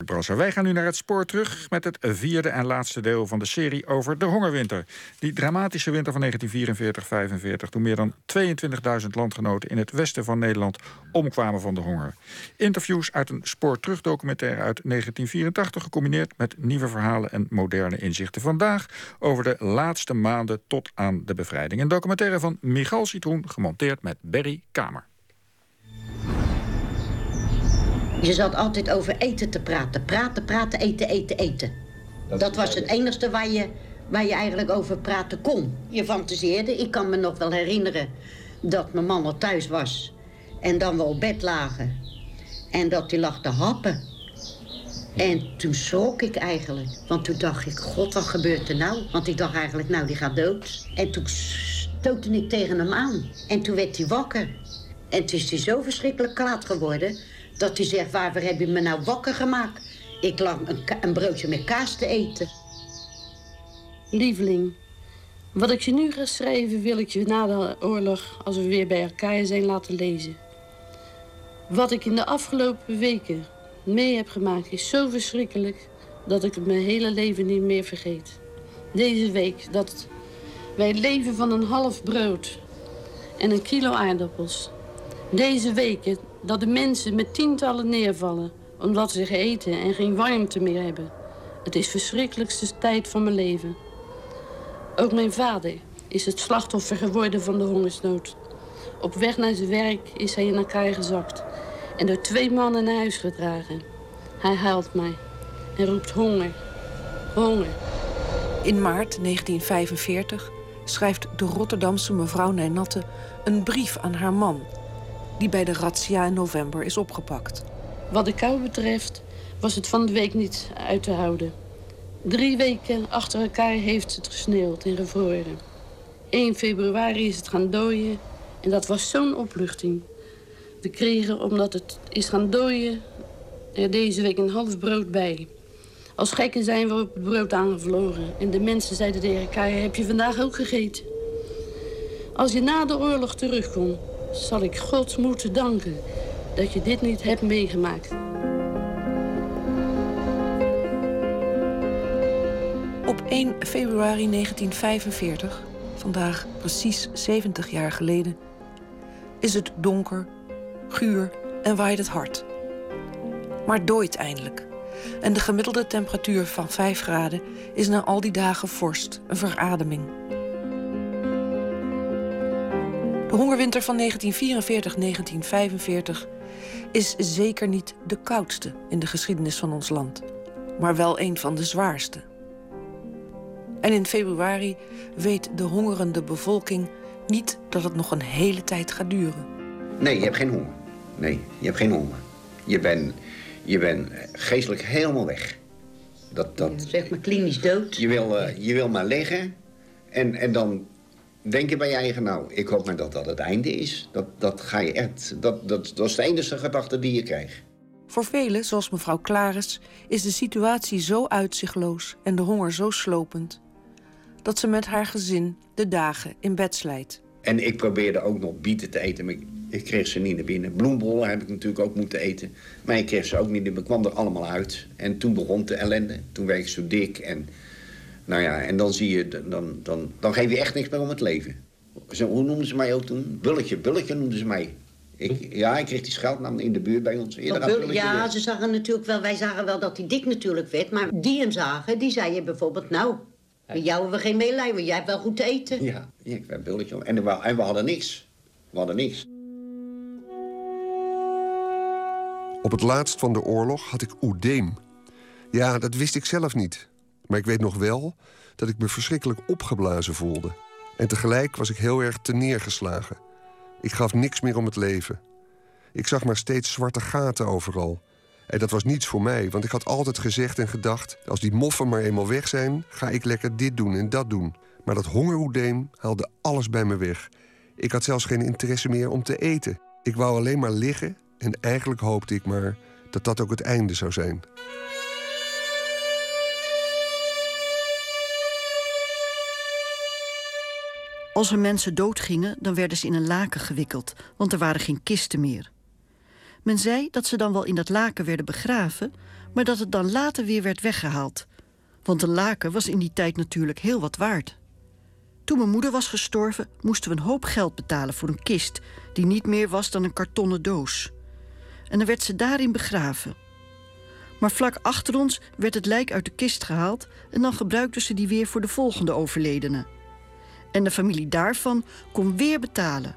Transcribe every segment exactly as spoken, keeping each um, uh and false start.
Brasser. Wij gaan nu naar het spoor terug met het vierde en laatste deel van de serie over de hongerwinter. Die dramatische winter van negentien vierenveertig vijfenveertig... toen meer dan tweeëntwintigduizend landgenoten in het westen van Nederland omkwamen van de honger. Interviews uit een spoor terug documentaire uit negentien vierentachtig... gecombineerd met nieuwe verhalen en moderne inzichten vandaag over de laatste maanden tot aan de bevrijding. Een documentaire van Michal Citroen, gemonteerd met Berry Kamer. Je zat altijd over eten te praten. Praten, praten, eten, eten, eten. Dat, dat was het enigste waar je, waar je eigenlijk over praten kon. Je fantaseerde. Ik kan me nog wel herinneren dat mijn man al thuis was. En dan we op bed lagen. En dat hij lag te happen. En toen schrok ik eigenlijk. Want toen dacht ik, god, wat gebeurt er nou? Want ik dacht eigenlijk, nou, die gaat dood. En toen stootte ik tegen hem aan. En toen werd hij wakker. En toen is hij zo verschrikkelijk kwaad geworden... dat hij zegt, waarvoor heb je me nou wakker gemaakt? Ik lag een, een broodje met kaas te eten. Lieveling, wat ik je nu ga schrijven... wil ik je na de oorlog, als we weer bij elkaar zijn, laten lezen. Wat ik in de afgelopen weken mee heb gemaakt... is zo verschrikkelijk dat ik het mijn hele leven niet meer vergeet. Deze week dat wij leven van een half brood en een kilo aardappels. Deze weken dat de mensen met tientallen neervallen... omdat ze geen eten en geen warmte meer hebben. Het is de verschrikkelijkste tijd van mijn leven. Ook mijn vader is het slachtoffer geworden van de hongersnood. Op weg naar zijn werk is hij in elkaar gezakt... en door twee mannen naar huis gedragen. Hij huilt mij en roept honger, honger. In maart negentien vijfenveertig schrijft de Rotterdamse mevrouw Nijnatte... een brief aan haar man... die bij de razzia in november is opgepakt. Wat de kou betreft was het van de week niet uit te houden. Drie weken achter elkaar heeft het gesneeuwd en gevroren. één februari is het gaan dooien en dat was zo'n opluchting. We kregen, omdat het is gaan dooien, er deze week een half brood bij. Als gekken zijn we op het brood aangevlogen. En de mensen zeiden tegen elkaar, heb je vandaag ook gegeten? Als je na de oorlog terugkomt, zal ik God moeten danken dat je dit niet hebt meegemaakt. Op één februari negentien vijfenveertig, vandaag precies zeventig jaar geleden... is het donker, guur en waait het hard. Maar dooit eindelijk. En de gemiddelde temperatuur van vijf graden... is na al die dagen vorst, een verademing. De hongerwinter van negentien vierenveertig negentien vijfenveertig is zeker niet de koudste in de geschiedenis van ons land, maar wel een van de zwaarste. En in februari weet de hongerende bevolking niet dat het nog een hele tijd gaat duren. Nee, je hebt geen honger. Nee, je hebt geen honger. Je bent je bent geestelijk helemaal weg. Dat, dat, ja, zeg maar klinisch dood. Je wil, uh, je wil maar liggen en, en dan... denk je bij je eigen, nou, ik hoop maar dat dat het einde is. Dat, dat ga je echt, dat, dat, dat is de enige gedachte die je krijgt. Voor velen, zoals mevrouw Klaris, is de situatie zo uitzichtloos en de honger zo slopend... dat ze met haar gezin de dagen in bed slijt. En ik probeerde ook nog bieten te eten, maar ik, ik kreeg ze niet naar binnen. Bloembollen heb ik natuurlijk ook moeten eten, maar ik kreeg ze ook niet. Ik kwam er allemaal uit. En toen begon de ellende. Toen werd ik zo dik en... Nou ja, en dan zie je, dan, dan, dan geef je echt niks meer om het leven. Zo, hoe noemden ze mij ook toen? Bulletje, bulletje noemden ze mij. Ik, ja, ik kreeg die scheldnaam in de buurt bij ons. Bul, ja, weg. Ze zagen natuurlijk wel, wij zagen wel dat hij dik natuurlijk werd. Maar die hem zagen, die zeiden bijvoorbeeld, nou, bij jou hebben we geen meelij, want jij hebt wel goed te eten. Ja, ja ik werd bulletje. En we, en we hadden niks. We hadden niks. Op het laatst van de oorlog had ik oedeem. Ja, dat wist ik zelf niet. Maar ik weet nog wel dat ik me verschrikkelijk opgeblazen voelde. En tegelijk was ik heel erg teneergeslagen. Ik gaf niks meer om het leven. Ik zag maar steeds zwarte gaten overal. En dat was niets voor mij, want ik had altijd gezegd en gedacht... als die moffen maar eenmaal weg zijn, ga ik lekker dit doen en dat doen. Maar dat hongeroedeem haalde alles bij me weg. Ik had zelfs geen interesse meer om te eten. Ik wou alleen maar liggen en eigenlijk hoopte ik maar dat dat ook het einde zou zijn. Als er mensen doodgingen, dan werden ze in een laken gewikkeld, want er waren geen kisten meer. Men zei dat ze dan wel in dat laken werden begraven, maar dat het dan later weer werd weggehaald. Want een laken was in die tijd natuurlijk heel wat waard. Toen mijn moeder was gestorven, moesten we een hoop geld betalen voor een kist die niet meer was dan een kartonnen doos. En dan werd ze daarin begraven. Maar vlak achter ons werd het lijk uit de kist gehaald en dan gebruikten ze die weer voor de volgende overledene. En de familie daarvan kon weer betalen.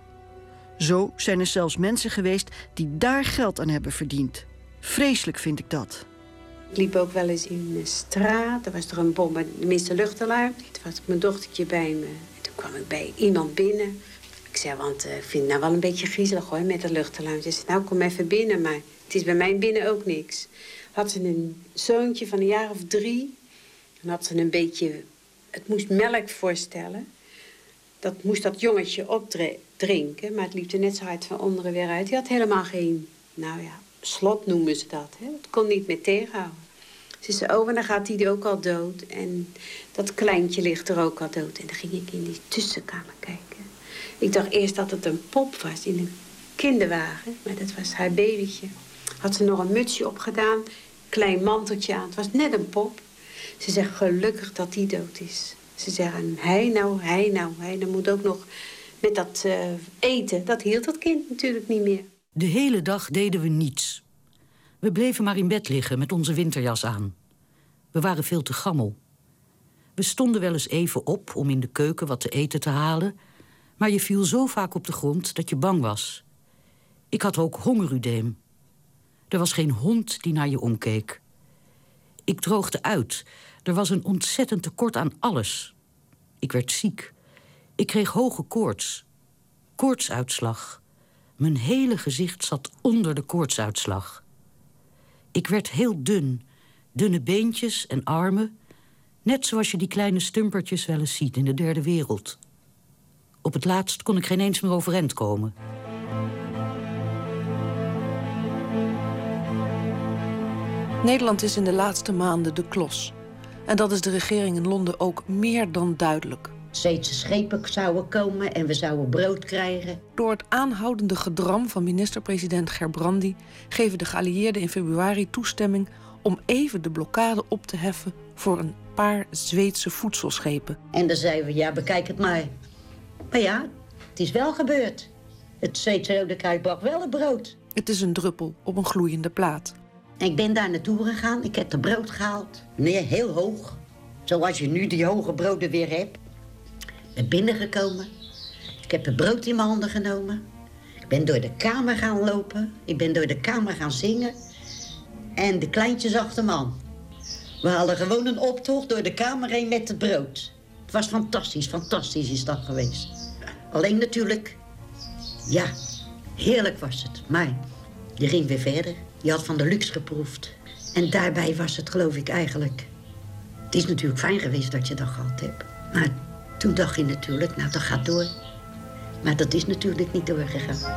Zo zijn er zelfs mensen geweest die daar geld aan hebben verdiend. Vreselijk vind ik dat. Ik liep ook wel eens in de straat. Er was er een bom, tenminste luchtalarm. Toen was mijn dochtertje bij me. En toen kwam ik bij iemand binnen. Ik zei, want uh, ik vind het nou wel een beetje griezelig hoor, met de luchtalarm. Ze zei, nou kom even binnen, maar het is bij mij binnen ook niks. Had ze een zoontje van een jaar of drie. En had ze een beetje, het moest melk voorstellen. Dat moest dat jongetje opdrinken, maar het liep er net zo hard van onderen weer uit. Die had helemaal geen, nou ja, slot noemen ze dat. Hè? Het kon niet meer tegenhouden. Ze zei, oh, en dan gaat die ook al dood. En dat kleintje ligt er ook al dood. En dan ging ik in die tussenkamer kijken. Ik dacht eerst dat het een pop was in een kinderwagen. Maar dat was haar babytje. Had ze nog een mutsje opgedaan, klein manteltje aan. Het was net een pop. Ze zegt, gelukkig dat die dood is. Ze zeggen, hij nou, hij nou, hij nou moet ook nog met dat uh, eten. Dat hield dat kind natuurlijk niet meer. De hele dag deden we niets. We bleven maar in bed liggen met onze winterjas aan. We waren veel te gammel. We stonden wel eens even op om in de keuken wat te eten te halen, maar je viel zo vaak op de grond dat je bang was. Ik had ook hongerudeem. Er was geen hond die naar je omkeek. Ik droogde uit. Er was een ontzettend tekort aan alles. Ik werd ziek. Ik kreeg hoge koorts. Koortsuitslag. Mijn hele gezicht zat onder de koortsuitslag. Ik werd heel dun. Dunne beentjes en armen. Net zoals je die kleine stumpertjes wel eens ziet in de derde wereld. Op het laatst kon ik geen eens meer overeind komen. Nederland is in de laatste maanden de klos. En dat is de regering in Londen ook meer dan duidelijk. Zweedse schepen zouden komen en we zouden brood krijgen. Door het aanhoudende gedram van minister-president Gerbrandy geven de geallieerden in februari toestemming om even de blokkade op te heffen voor een paar Zweedse voedselschepen. En dan zeiden we, ja, bekijk het maar. Maar ja, het is wel gebeurd. Het Zweedse Rode Kruis bracht wel het brood. Het is een druppel op een gloeiende plaat. En ik ben daar naartoe gegaan, ik heb de brood gehaald. Nee, heel hoog. Zoals je nu die hoge broden weer hebt. Ik ben binnengekomen. Ik heb het brood in mijn handen genomen. Ik ben door de kamer gaan lopen. Ik ben door de kamer gaan zingen. En de kleintjes achter me aan. We hadden gewoon een optocht door de kamer heen met het brood. Het was fantastisch, fantastisch is dat geweest. Alleen natuurlijk, ja, heerlijk was het. Maar je ging weer verder. Je had van de luxe geproefd. En daarbij was het, geloof ik, eigenlijk... Het is natuurlijk fijn geweest dat je dat gehad hebt. Maar toen dacht je natuurlijk, nou, dat gaat door. Maar dat is natuurlijk niet doorgegaan.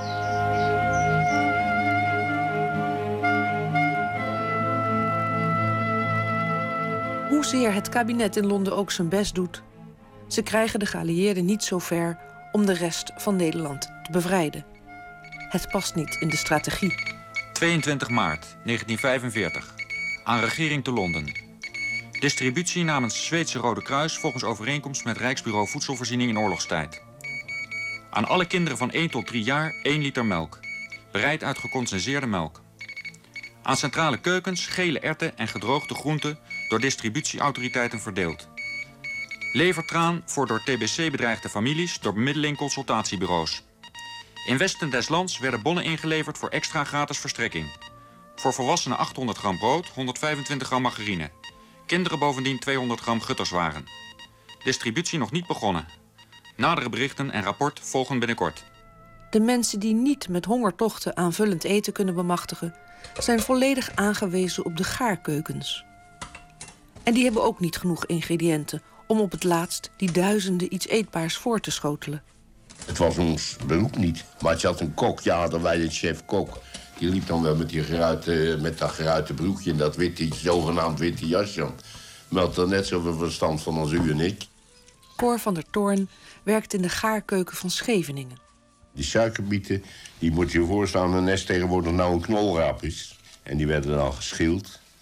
Hoezeer het kabinet in Londen ook zijn best doet, ze krijgen de geallieerden niet zo ver om de rest van Nederland te bevrijden. Het past niet in de strategie. tweeëntwintig maart negentien vijfenveertig. Aan regering te Londen. Distributie namens Zweedse Rode Kruis volgens overeenkomst met Rijksbureau Voedselvoorziening in oorlogstijd. Aan alle kinderen van één tot drie jaar één liter melk. Bereid uit gecondenseerde melk. Aan centrale keukens gele erwten en gedroogde groenten door distributieautoriteiten verdeeld. Levertraan voor door T B C bedreigde families door bemiddeling consultatiebureaus. In Westen des Lands werden bonnen ingeleverd voor extra gratis verstrekking. Voor volwassenen achthonderd gram brood, honderdvijfentwintig gram margarine. Kinderen bovendien tweehonderd gram gutterswaren. Distributie nog niet begonnen. Nadere berichten en rapport volgen binnenkort. De mensen die niet met hongertochten aanvullend eten kunnen bemachtigen, zijn volledig aangewezen op de gaarkeukens. En die hebben ook niet genoeg ingrediënten om op het laatst die duizenden iets eetbaars voor te schotelen. Het was ons beroep niet. Maar je had een kok, ja, hadden wij een chef-kok. Die liep dan wel met, die geruite, met dat geruite broekje en dat witte, zogenaamd witte jasje aan. Maar had er net zoveel verstand van als u en ik. Cor van der Toorn werkt in de gaarkeuken van Scheveningen. Die suikerbieten, die moet je je voorstellen, een nest tegenwoordig nou een knolraap is. En die werden dan geschild.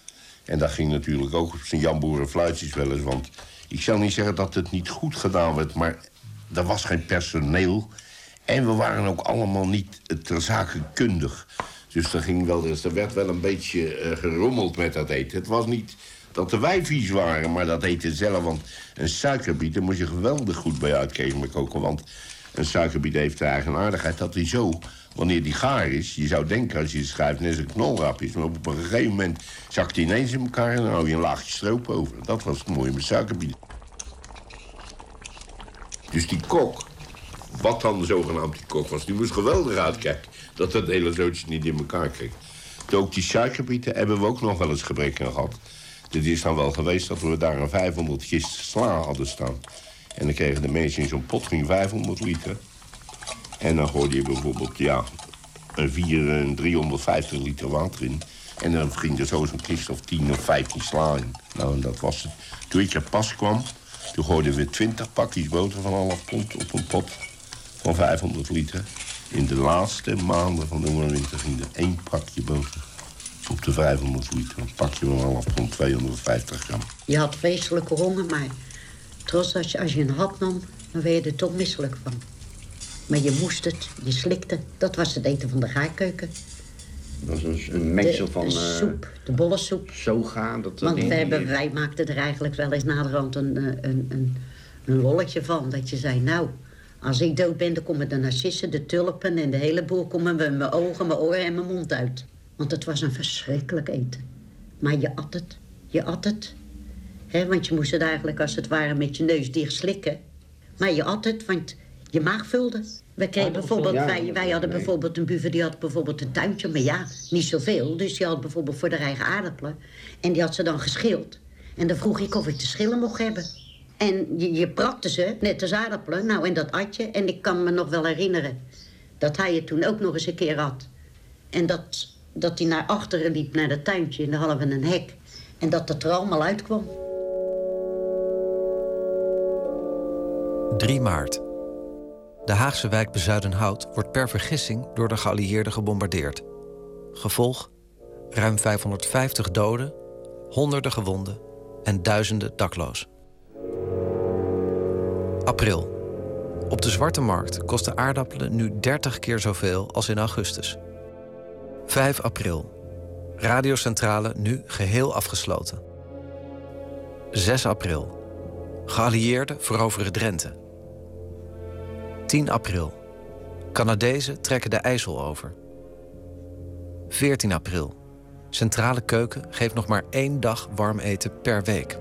En dat ging natuurlijk ook op zijn jamboerenfluitjes wel eens. Want ik zal niet zeggen dat het niet goed gedaan werd, maar er was geen personeel. En we waren ook allemaal niet ter zake kundig. Dus er, ging wel, dus er werd wel een beetje uh, gerommeld met dat eten. Het was niet dat de wij vies waren, maar dat eten zelf. Want een suikerbiet, daar moet je geweldig goed bij uitkijken met koken. Want een suikerbiet heeft de eigenaardigheid dat hij zo, wanneer die gaar is, je zou denken als je het schrijft, net als een knolrap is. Maar op een gegeven moment zakt hij ineens in elkaar en dan hou je een laagje stroop over. Dat was het mooie met suikerbiet. Dus die kok, wat dan zogenaamd die kok was, die moest geweldig uitkijken dat dat hele zootje niet in elkaar kreeg. Toen ook die suikerbieten hebben we ook nog wel eens gebrek aan gehad. Het is dan wel geweest dat we daar een vijfhonderd gist sla hadden staan. En dan kregen de mensen in zo'n pot ging vijfhonderd liter. En dan gooide je bijvoorbeeld ja, een vier, een driehonderdvijftig liter water in. En dan ging er zo zo'n kist of tien of vijftien sla in. Nou, en dat was het. Toen ik er pas kwam, toen gooiden we twintig pakjes boter van half pond op een pot van vijfhonderd liter. In de laatste maanden van de winter ging er één pakje boter op de vijfhonderd liter. Een pakje van half pond, tweehonderdvijftig gram. Je had vreselijke honger, maar trots als je, als je een hap nam, dan werd je er toch misselijk van. Maar je moest het, je slikte. Dat was het eten van de gaarkeuken. Dat was een, een mengsel de, van... De uh, soep, de bollensoep. Soga. Dat Want in, wij, hebben, wij maakten er eigenlijk wel eens naderhand een, een, een, een lolletje van. Dat je zei, nou, als ik dood ben, dan komen de narcissen, de tulpen en de hele boel komen met mijn ogen, mijn oren en mijn mond uit. Want het was een verschrikkelijk eten. Maar je at het, je at het. He, want je moest het eigenlijk als het ware met je neus dicht slikken. Maar je at het, want je maag vulde. We kregen bijvoorbeeld, ja, wij, wij hadden nee. bijvoorbeeld een buver die had bijvoorbeeld een tuintje, maar ja, niet zoveel. Dus die had bijvoorbeeld voor de eigen aardappelen. En die had ze dan geschild. En dan vroeg ik of ik de schillen mocht hebben. En je, je prakte ze, net als aardappelen. Nou, en dat at je. En ik kan me nog wel herinneren dat hij het toen ook nog eens een keer had. En dat, dat hij naar achteren liep, naar dat tuintje. En dan hadden we een hek. En dat dat er allemaal uitkwam. drie maart. De Haagse wijk Bezuidenhout wordt per vergissing door de geallieerden gebombardeerd. Gevolg: ruim vijfhonderdvijftig doden, honderden gewonden en duizenden dakloos. April. Op de Zwarte Markt kosten aardappelen nu dertig keer zoveel als in augustus. vijf april. Radiocentrale nu geheel afgesloten. zes april. Geallieerden veroveren Drenthe. tien april. Canadezen trekken de IJssel over. veertien april. Centrale Keuken geeft nog maar één dag warm eten per week.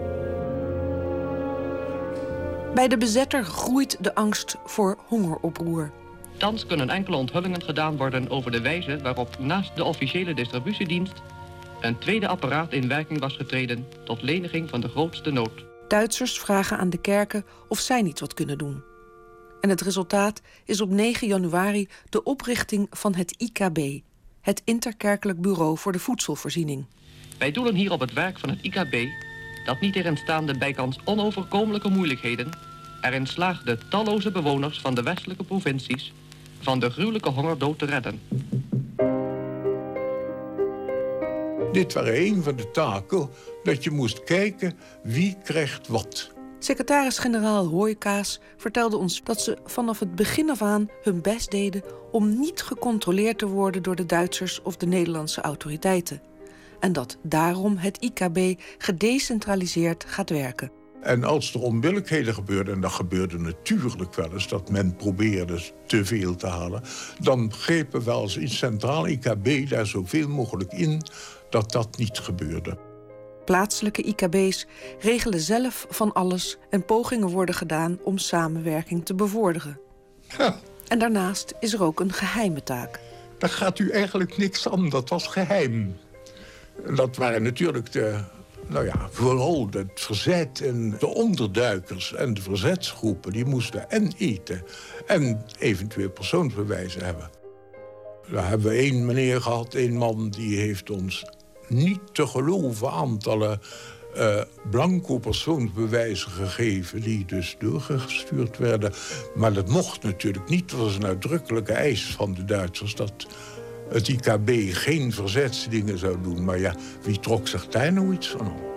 Bij de bezetter groeit de angst voor hongeroproer. Thans kunnen enkele onthullingen gedaan worden over de wijze waarop naast de officiële distributiedienst een tweede apparaat in werking was getreden tot leniging van de grootste nood. Duitsers vragen aan de kerken of zij niet wat kunnen doen. En het resultaat is op negen januari de oprichting van het I K B, het Interkerkelijk Bureau voor de Voedselvoorziening. Wij doelen hier op het werk van het I K B, dat niet tegenstaande bijkans onoverkomelijke moeilijkheden erin slaagde talloze bewoners van de westelijke provincies van de gruwelijke hongerdood te redden. Dit was een van de taken, dat je moest kijken wie krijgt wat. Secretaris-generaal Hooijkaas vertelde ons dat ze vanaf het begin af aan hun best deden om niet gecontroleerd te worden door de Duitsers of de Nederlandse autoriteiten. En dat daarom het I K B gedecentraliseerd gaat werken. En als er onbillijkheden gebeurden, en dat gebeurde natuurlijk wel eens, dat men probeerde te veel te halen, dan grepen we als in centraal I K B daar zoveel mogelijk in dat dat niet gebeurde. Plaatselijke I K B's regelen zelf van alles en pogingen worden gedaan om samenwerking te bevorderen. Ja. En daarnaast is er ook een geheime taak. Daar gaat u eigenlijk niks aan, dat was geheim. Dat waren natuurlijk de, nou ja, vooral het verzet en de onderduikers en de verzetsgroepen. Die moesten en eten en eventueel persoonsbewijzen hebben. Daar hebben we één meneer gehad, één man, die heeft ons niet te geloven aantallen uh, blanco persoonsbewijzen gegeven die dus doorgestuurd werden. Maar dat mocht natuurlijk niet. Dat was een uitdrukkelijke eis van de Duitsers dat het I K B geen verzetsdingen zou doen. Maar ja, wie trok zich daar nou iets van op?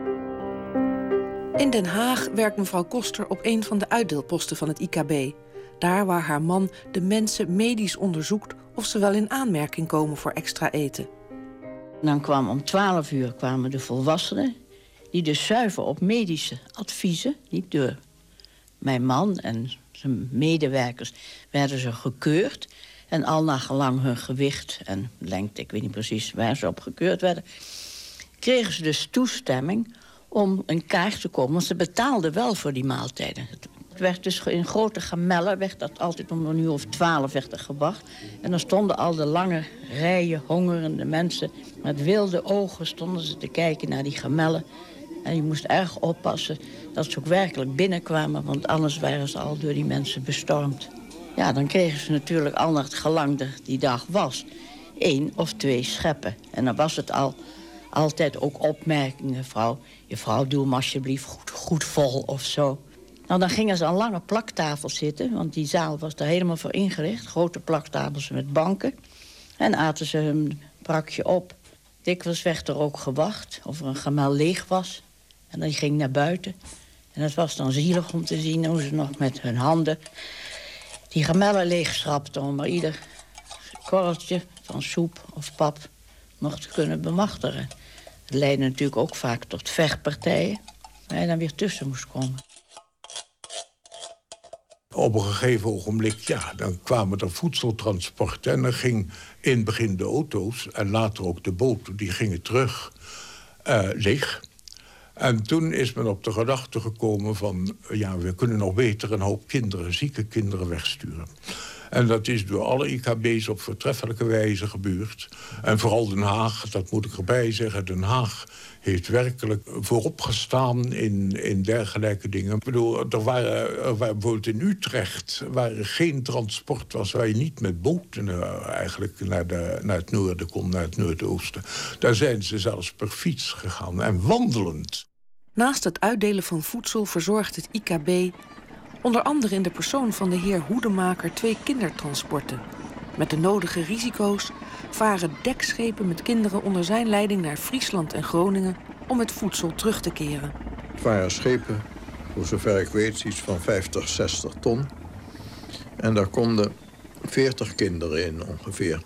In Den Haag werkt mevrouw Koster op een van de uitdeelposten van het I K B. Daar waar haar man de mensen medisch onderzoekt of ze wel in aanmerking komen voor extra eten. Dan kwam om twaalf uur kwamen de volwassenen, die dus zuiver op medische adviezen, niet door mijn man en zijn medewerkers, werden ze gekeurd. En al naar gelang hun gewicht en lengte, ik weet niet precies waar ze op gekeurd werden, kregen ze dus toestemming om een kaart te komen. Want ze betaalden wel voor die maaltijden. Het werd dus in grote gamellen, werd dat altijd om een uur of twaalf werd er gewacht. En dan stonden al de lange rijen hongerende mensen. Met wilde ogen stonden ze te kijken naar die gamellen. En je moest erg oppassen dat ze ook werkelijk binnenkwamen, want anders waren ze al door die mensen bestormd. Ja, dan kregen ze natuurlijk al naar het gelang er die dag was één of twee scheppen. En dan was het al altijd ook opmerkingen, vrouw. Je vrouw, doe hem alsjeblieft goed, goed vol of zo. Nou, dan gingen ze aan lange plaktafels zitten, want die zaal was daar helemaal voor ingericht. Grote plaktafels met banken. En aten ze hun brakje op. Dikwijls werd er ook gewacht of er een gamel leeg was. En dan ging naar buiten. En het was dan zielig om te zien hoe ze nog met hun handen die gamellen leegschrapten om er ieder korreltje van soep of pap nog te kunnen bemachtigen. Het leidde natuurlijk ook vaak tot vechtpartijen, waar je dan weer tussen moest komen. Op een gegeven ogenblik, ja, dan kwamen er voedseltransporten. En dan ging in het begin de auto's en later ook de boten, die gingen terug uh, leeg. En toen is men op de gedachte gekomen van, ja, we kunnen nog beter een hoop kinderen, zieke kinderen wegsturen. En dat is door alle I K B's op voortreffelijke wijze gebeurd. En vooral Den Haag, dat moet ik erbij zeggen, Den Haag heeft werkelijk voorop gestaan in, in dergelijke dingen. Ik bedoel, er waren, er waren bijvoorbeeld in Utrecht, waar er geen transport was, waar je niet met boten uh, eigenlijk naar, de, naar het noorden kon, naar het noordoosten. Daar zijn ze zelfs per fiets gegaan en wandelend. Naast het uitdelen van voedsel verzorgt het I K B onder andere in de persoon van de heer Hoedemaker twee kindertransporten. Met de nodige risico's varen dekschepen met kinderen onder zijn leiding naar Friesland en Groningen om het voedsel terug te keren. Het waren schepen, voor zover ik weet, iets van vijftig, zestig ton. En daar konden veertig kinderen in ongeveer.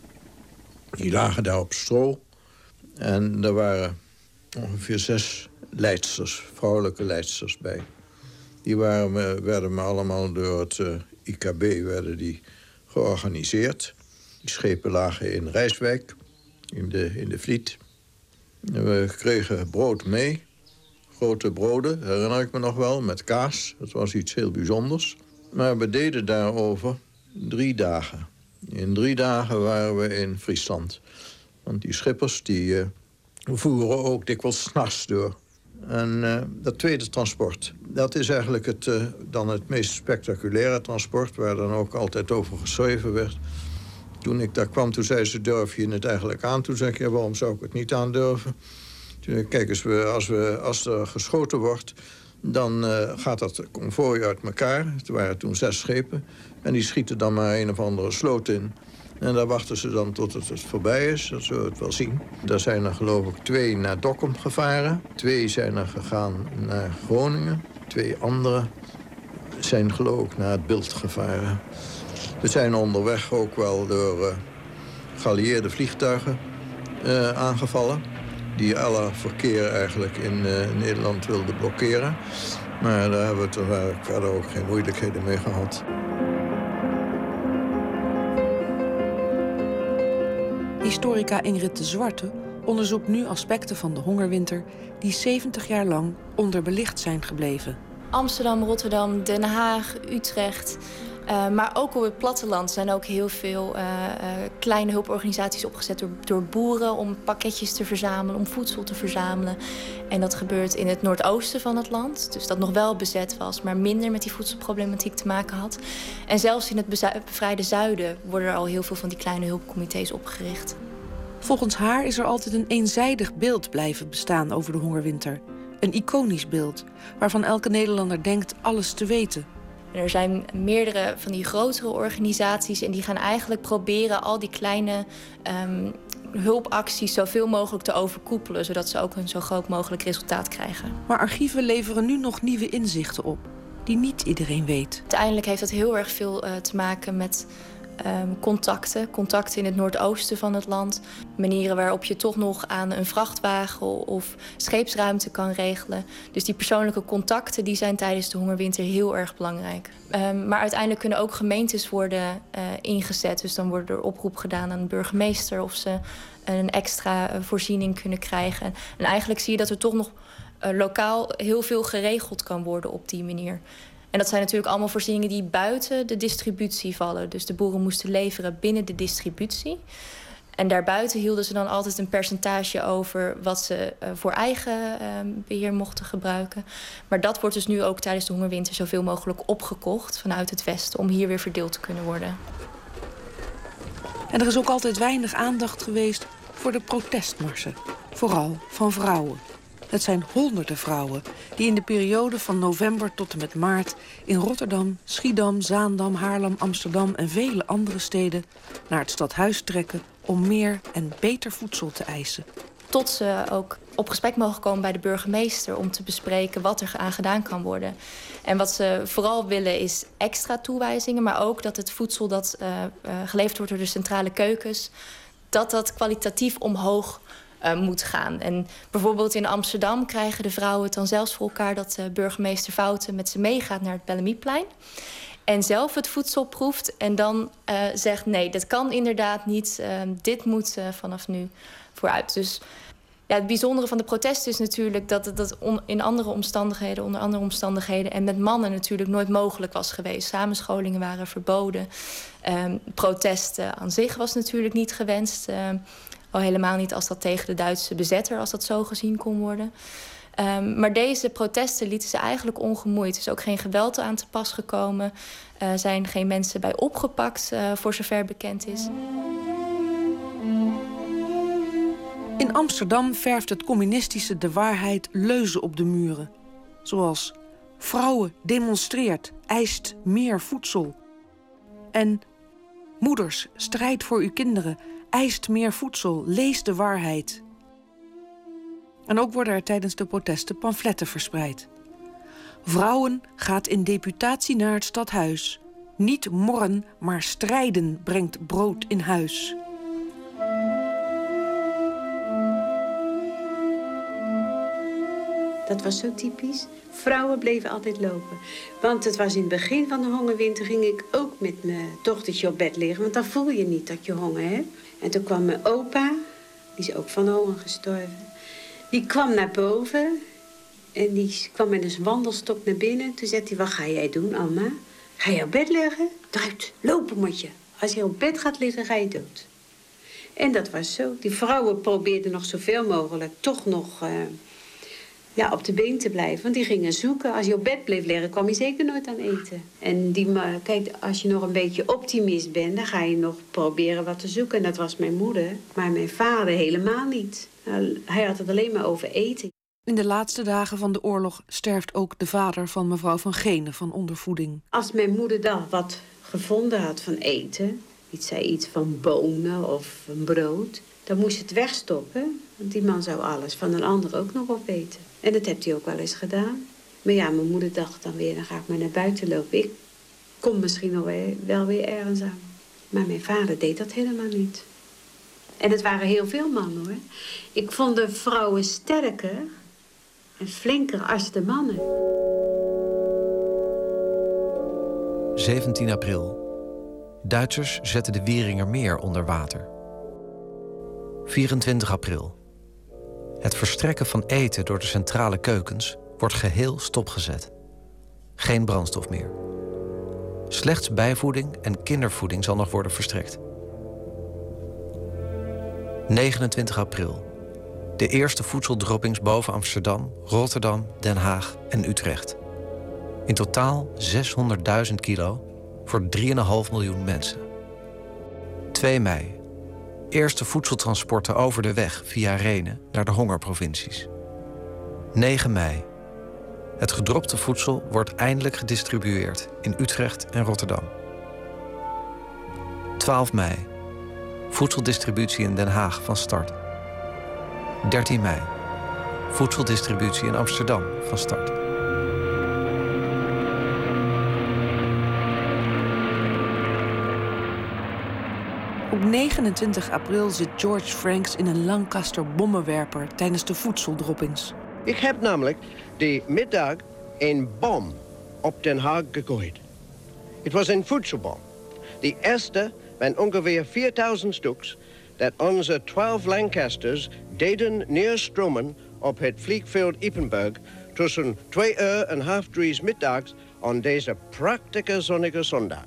Die lagen daar op stro. En er waren ongeveer zes leidsters, vrouwelijke leidsters bij. Die waren, werden me allemaal door het uh, I K B werden die georganiseerd. Die schepen lagen in Rijswijk, in de, in de Vliet. En we kregen brood mee. Grote broden, herinner ik me nog wel, met kaas. Dat was iets heel bijzonders. Maar we deden daarover drie dagen. In drie dagen waren we in Friesland. Want die schippers die uh, voeren ook dikwijls 's nachts door. En uh, dat tweede transport, dat is eigenlijk het, uh, dan het meest spectaculaire transport, waar dan ook altijd over geschreven werd. Toen ik daar kwam, toen zei ze, durf je het eigenlijk aan? Toen zei ik, ja, waarom zou ik het niet aandurven? Toen zei ik, kijk eens, we, als, we, als er geschoten wordt, dan uh, gaat dat konvooi uit elkaar. Het waren toen zes schepen. En die schieten dan maar een of andere sloot in. En daar wachten ze dan tot het, het voorbij is, dat zullen we het wel zien. Daar zijn er geloof ik twee naar Dokkum gevaren. Twee zijn er gegaan naar Groningen. Twee andere zijn geloof ik naar het Bild gevaren. We zijn onderweg ook wel door uh, geallieerde vliegtuigen uh, aangevallen. Die alle verkeer eigenlijk in uh, Nederland wilden blokkeren. Maar daar hebben we er verder ook geen moeilijkheden mee gehad. Historica Ingrid de Zwarte onderzoekt nu aspecten van de hongerwinter die zeventig jaar lang onderbelicht zijn gebleven. Amsterdam, Rotterdam, Den Haag, Utrecht. Uh, maar ook op het platteland zijn ook heel veel uh, uh, kleine hulporganisaties opgezet door, door boeren om pakketjes te verzamelen, om voedsel te verzamelen. En dat gebeurt in het noordoosten van het land, dus dat nog wel bezet was, maar minder met die voedselproblematiek te maken had. En zelfs in het bevrijde zuiden worden er al heel veel van die kleine hulpcomité's opgericht. Volgens haar is er altijd een eenzijdig beeld blijven bestaan over de hongerwinter. Een iconisch beeld, waarvan elke Nederlander denkt alles te weten. Er zijn meerdere van die grotere organisaties en die gaan eigenlijk proberen al die kleine um, hulpacties zoveel mogelijk te overkoepelen, zodat ze ook een zo groot mogelijk resultaat krijgen. Maar archieven leveren nu nog nieuwe inzichten op, die niet iedereen weet. Uiteindelijk heeft dat heel erg veel uh, te maken met um, contacten. Contacten in het noordoosten van het land. Manieren waarop je toch nog aan een vrachtwagen of scheepsruimte kan regelen. Dus die persoonlijke contacten die zijn tijdens de hongerwinter heel erg belangrijk. Um, maar uiteindelijk kunnen ook gemeentes worden uh, ingezet. Dus dan wordt er oproep gedaan aan de burgemeester of ze een extra uh, voorziening kunnen krijgen. En eigenlijk zie je dat er toch nog uh, lokaal heel veel geregeld kan worden op die manier. En dat zijn natuurlijk allemaal voorzieningen die buiten de distributie vallen. Dus de boeren moesten leveren binnen de distributie. En daarbuiten hielden ze dan altijd een percentage over wat ze uh, voor eigen uh, beheer mochten gebruiken. Maar dat wordt dus nu ook tijdens de hongerwinter zoveel mogelijk opgekocht vanuit het westen om hier weer verdeeld te kunnen worden. En er is ook altijd weinig aandacht geweest voor de protestmarsen. Vooral van vrouwen. Het zijn honderden vrouwen die in de periode van november tot en met maart in Rotterdam, Schiedam, Zaandam, Haarlem, Amsterdam en vele andere steden naar het stadhuis trekken om meer en beter voedsel te eisen. Tot ze ook op gesprek mogen komen bij de burgemeester om te bespreken wat er aan gedaan kan worden. En wat ze vooral willen is extra toewijzingen, maar ook dat het voedsel dat uh, uh, geleverd wordt door de centrale keukens, dat dat kwalitatief omhoog Uh, moet gaan. En bijvoorbeeld in Amsterdam krijgen de vrouwen het dan zelfs voor elkaar dat uh, burgemeester Fouten met ze meegaat naar het Bellamyplein en zelf het voedsel proeft en dan uh, zegt nee, dat kan inderdaad niet. Uh, dit moet uh, vanaf nu vooruit. Dus ja, het bijzondere van de protesten is natuurlijk dat het dat on, in andere omstandigheden, onder andere omstandigheden en met mannen natuurlijk nooit mogelijk was geweest. Samenscholingen waren verboden. Um, protesten aan zich was natuurlijk niet gewenst. Uh, Al helemaal niet als dat tegen de Duitse bezetter, als dat zo gezien kon worden. Um, maar deze protesten lieten ze eigenlijk ongemoeid. Er is ook geen geweld aan te pas gekomen. Er uh, zijn geen mensen bij opgepakt, uh, voor zover bekend is. In Amsterdam verft het communistische de waarheid leuzen op de muren. Zoals vrouwen demonstreert, eist meer voedsel. En moeders, strijd voor uw kinderen, eist meer voedsel, lees de waarheid. En ook worden er tijdens de protesten pamfletten verspreid. Vrouwen gaat in deputatie naar het stadhuis. Niet morren, maar strijden brengt brood in huis. Dat was zo typisch. Vrouwen bleven altijd lopen. Want het was in het begin van de hongerwinter ging ik ook met mijn dochtertje op bed liggen. Want dan voel je niet dat je honger hebt. En toen kwam mijn opa, die is ook van de honger gestorven. Die kwam naar boven en die kwam met een wandelstok naar binnen. Toen zei hij, wat ga jij doen, Alma? Ga je op bed liggen? Eruit, lopen moet je. Als je op bed gaat liggen, ga je dood. En dat was zo. Die vrouwen probeerden nog zoveel mogelijk toch nog uh, ja, op de been te blijven. Want die gingen zoeken. Als je op bed bleef liggen, kwam je zeker nooit aan eten. En die, kijk, als je nog een beetje optimist bent, dan ga je nog proberen wat te zoeken. En dat was mijn moeder, maar mijn vader helemaal niet. Hij had het alleen maar over eten. In de laatste dagen van de oorlog sterft ook de vader van mevrouw Van Genen van ondervoeding. Als mijn moeder dan wat gevonden had van eten, iets zei iets van bonen of een brood, dan moest je het wegstoppen. Want die man zou alles van een ander ook nog opeten. En dat heeft hij ook wel eens gedaan. Maar ja, mijn moeder dacht dan weer, dan ga ik maar naar buiten lopen. Ik kom misschien nog wel weer ergens aan. Maar mijn vader deed dat helemaal niet. En het waren heel veel mannen, hoor. Ik vond de vrouwen sterker en flinker als de mannen. zeventien april. Duitsers zetten de Wieringermeer onder water. vierentwintig april. Het verstrekken van eten door de centrale keukens wordt geheel stopgezet. Geen brandstof meer. Slechts bijvoeding en kindervoeding zal nog worden verstrekt. negenentwintig april. De eerste voedseldroppings boven Amsterdam, Rotterdam, Den Haag en Utrecht. In totaal zeshonderdduizend kilo voor drie komma vijf miljoen mensen. twee mei. Eerste voedseltransporten over de weg via Renen naar de hongerprovincies. negen mei. Het gedropte voedsel wordt eindelijk gedistribueerd in Utrecht en Rotterdam. twaalf mei. Voedseldistributie in Den Haag van start. dertien mei. Voedseldistributie in Amsterdam van start. Op negenentwintig april zit George Franks in een Lancaster bommenwerper tijdens de voedseldroppings. Ik heb namelijk die middag een bom op Den Haag gegooid. Het was een voedselbom. De eerste van ongeveer vierduizend stuks dat onze twaalf Lancasters deden neerstromen op het vliegveld Ypenburg tussen twee uur en half drie middags aan deze prachtige zonnige zondag.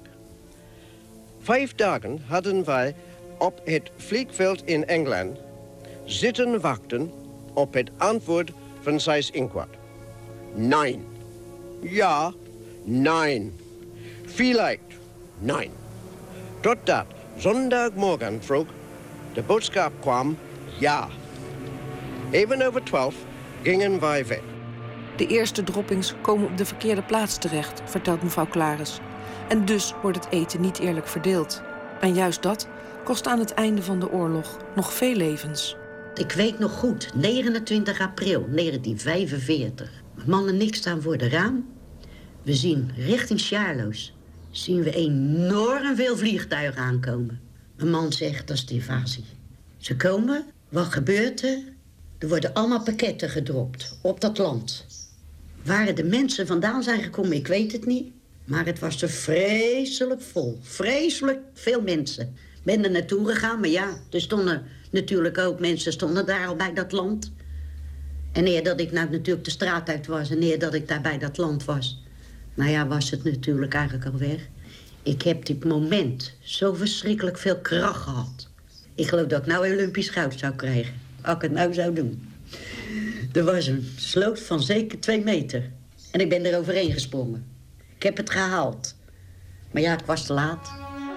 Vijf dagen hadden wij op het vliegveld in Engeland zitten wachten op het antwoord van Seyss Inquart. Nee. Ja, nee. Vielleicht, nee. Totdat zondagmorgen vroeg de boodschap kwam, ja. Even over twaalf gingen wij weg. De eerste droppings komen op de verkeerde plaats terecht, vertelt mevrouw Klaris. En dus wordt het eten niet eerlijk verdeeld. En juist dat kost aan het einde van de oorlog nog veel levens. Ik weet nog goed, negenentwintig april negentien vijfenveertig. Mannen niks staan voor de raam. We zien richting Charloes zien we enorm veel vliegtuigen aankomen. Een man zegt, dat is de invasie. Ze komen, wat gebeurt er? Er worden allemaal pakketten gedropt op dat land. Waar de mensen vandaan zijn gekomen, ik weet het niet. Maar het was er vreselijk vol. Vreselijk veel mensen. Ik ben er naartoe gegaan, maar ja, er stonden natuurlijk ook mensen stonden daar al bij dat land. En eer dat ik nou natuurlijk de straat uit was en eer dat ik daar bij dat land was, nou ja, was het natuurlijk eigenlijk al weg. Ik heb dit moment zo verschrikkelijk veel kracht gehad. Ik geloof dat ik nou Olympisch goud zou krijgen. Als ik het nou zou doen. Er was een sloot van zeker twee meter. En ik ben er overheen gesprongen. Ik heb het gehaald. Maar ja, ik was te laat.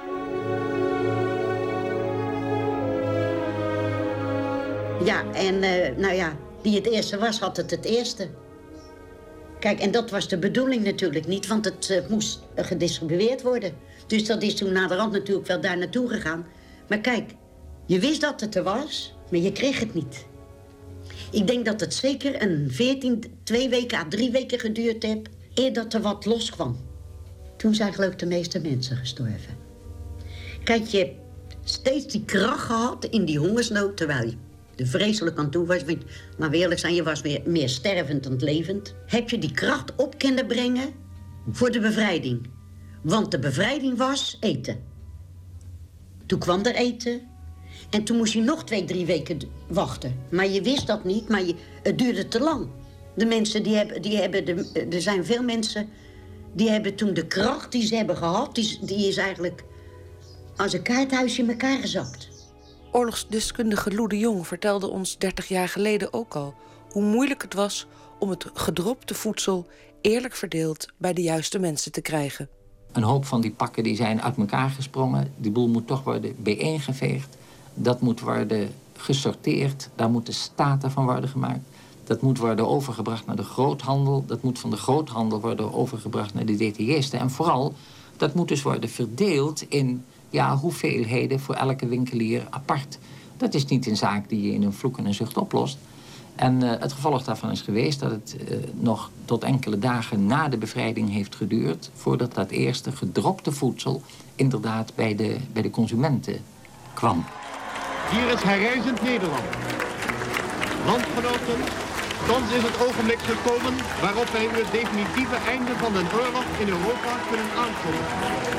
Ja, en uh, nou ja, die het eerste was, had het het eerste. Kijk, en dat was de bedoeling natuurlijk niet, want het uh, moest uh, gedistribueerd worden. Dus dat is toen naderhand natuurlijk wel daar naartoe gegaan. Maar kijk, je wist dat het er was, maar je kreeg het niet. Ik denk dat het zeker een veertien, twee weken à drie weken geduurd heeft, eer dat er wat loskwam. Toen zijn geloof ik de meeste mensen gestorven. Kijk, je hebt steeds die kracht gehad in die hongersnood, terwijl je er vreselijk aan toe was. Want, laten we eerlijk zijn, je was meer, meer stervend dan levend. Heb je die kracht op kunnen brengen voor de bevrijding. Want de bevrijding was eten. Toen kwam er eten. En toen moest je nog twee, drie weken wachten. Maar je wist dat niet, maar je, het duurde te lang. De mensen die hebben, die hebben de, er zijn veel mensen die hebben toen de kracht die ze hebben gehad, die, die is eigenlijk als een kaarthuisje in elkaar gezakt. Oorlogsdeskundige Lou de Jong vertelde ons dertig jaar geleden ook al hoe moeilijk het was om het gedropte voedsel eerlijk verdeeld bij de juiste mensen te krijgen. Een hoop van die pakken die zijn uit elkaar gesprongen. Die boel moet toch worden bijeengeveegd. Dat moet worden gesorteerd. Daar moeten staten van worden gemaakt. Dat moet worden overgebracht naar de groothandel. Dat moet van de groothandel worden overgebracht naar de D T G'sten. En vooral, dat moet dus worden verdeeld in ja, hoeveelheden voor elke winkelier apart. Dat is niet een zaak die je in een vloek en een zucht oplost. En uh, het gevolg daarvan is geweest dat het uh, nog tot enkele dagen na de bevrijding heeft geduurd voordat dat eerste gedropte voedsel inderdaad bij de, bij de consumenten kwam. Hier is herrijzend Nederland. Landgenoten, thans is het ogenblik gekomen waarop wij het definitieve einde van de oorlog in Europa kunnen aankondigen.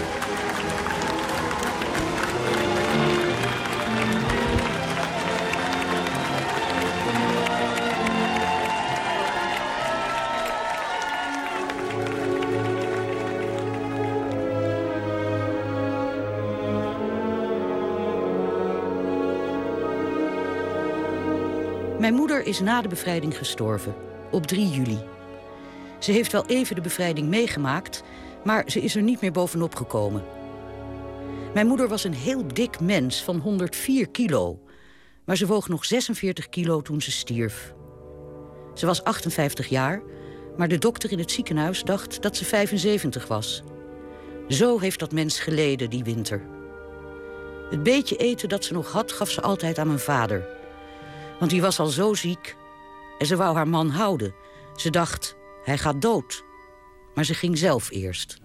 Mijn moeder is na de bevrijding gestorven, op drie juli. Ze heeft wel even de bevrijding meegemaakt, maar ze is er niet meer bovenop gekomen. Mijn moeder was een heel dik mens van honderdvier kilo, maar ze woog nog zesenveertig kilo toen ze stierf. Ze was achtenvijftig jaar, Maar de dokter in het ziekenhuis dacht dat ze vijfenzeventig was. Zo heeft dat mens geleden die winter. Het beetje eten dat ze nog had, gaf ze altijd aan mijn vader. Want die was al zo ziek en ze wou haar man houden. Ze dacht, hij gaat dood. Maar ze ging zelf eerst.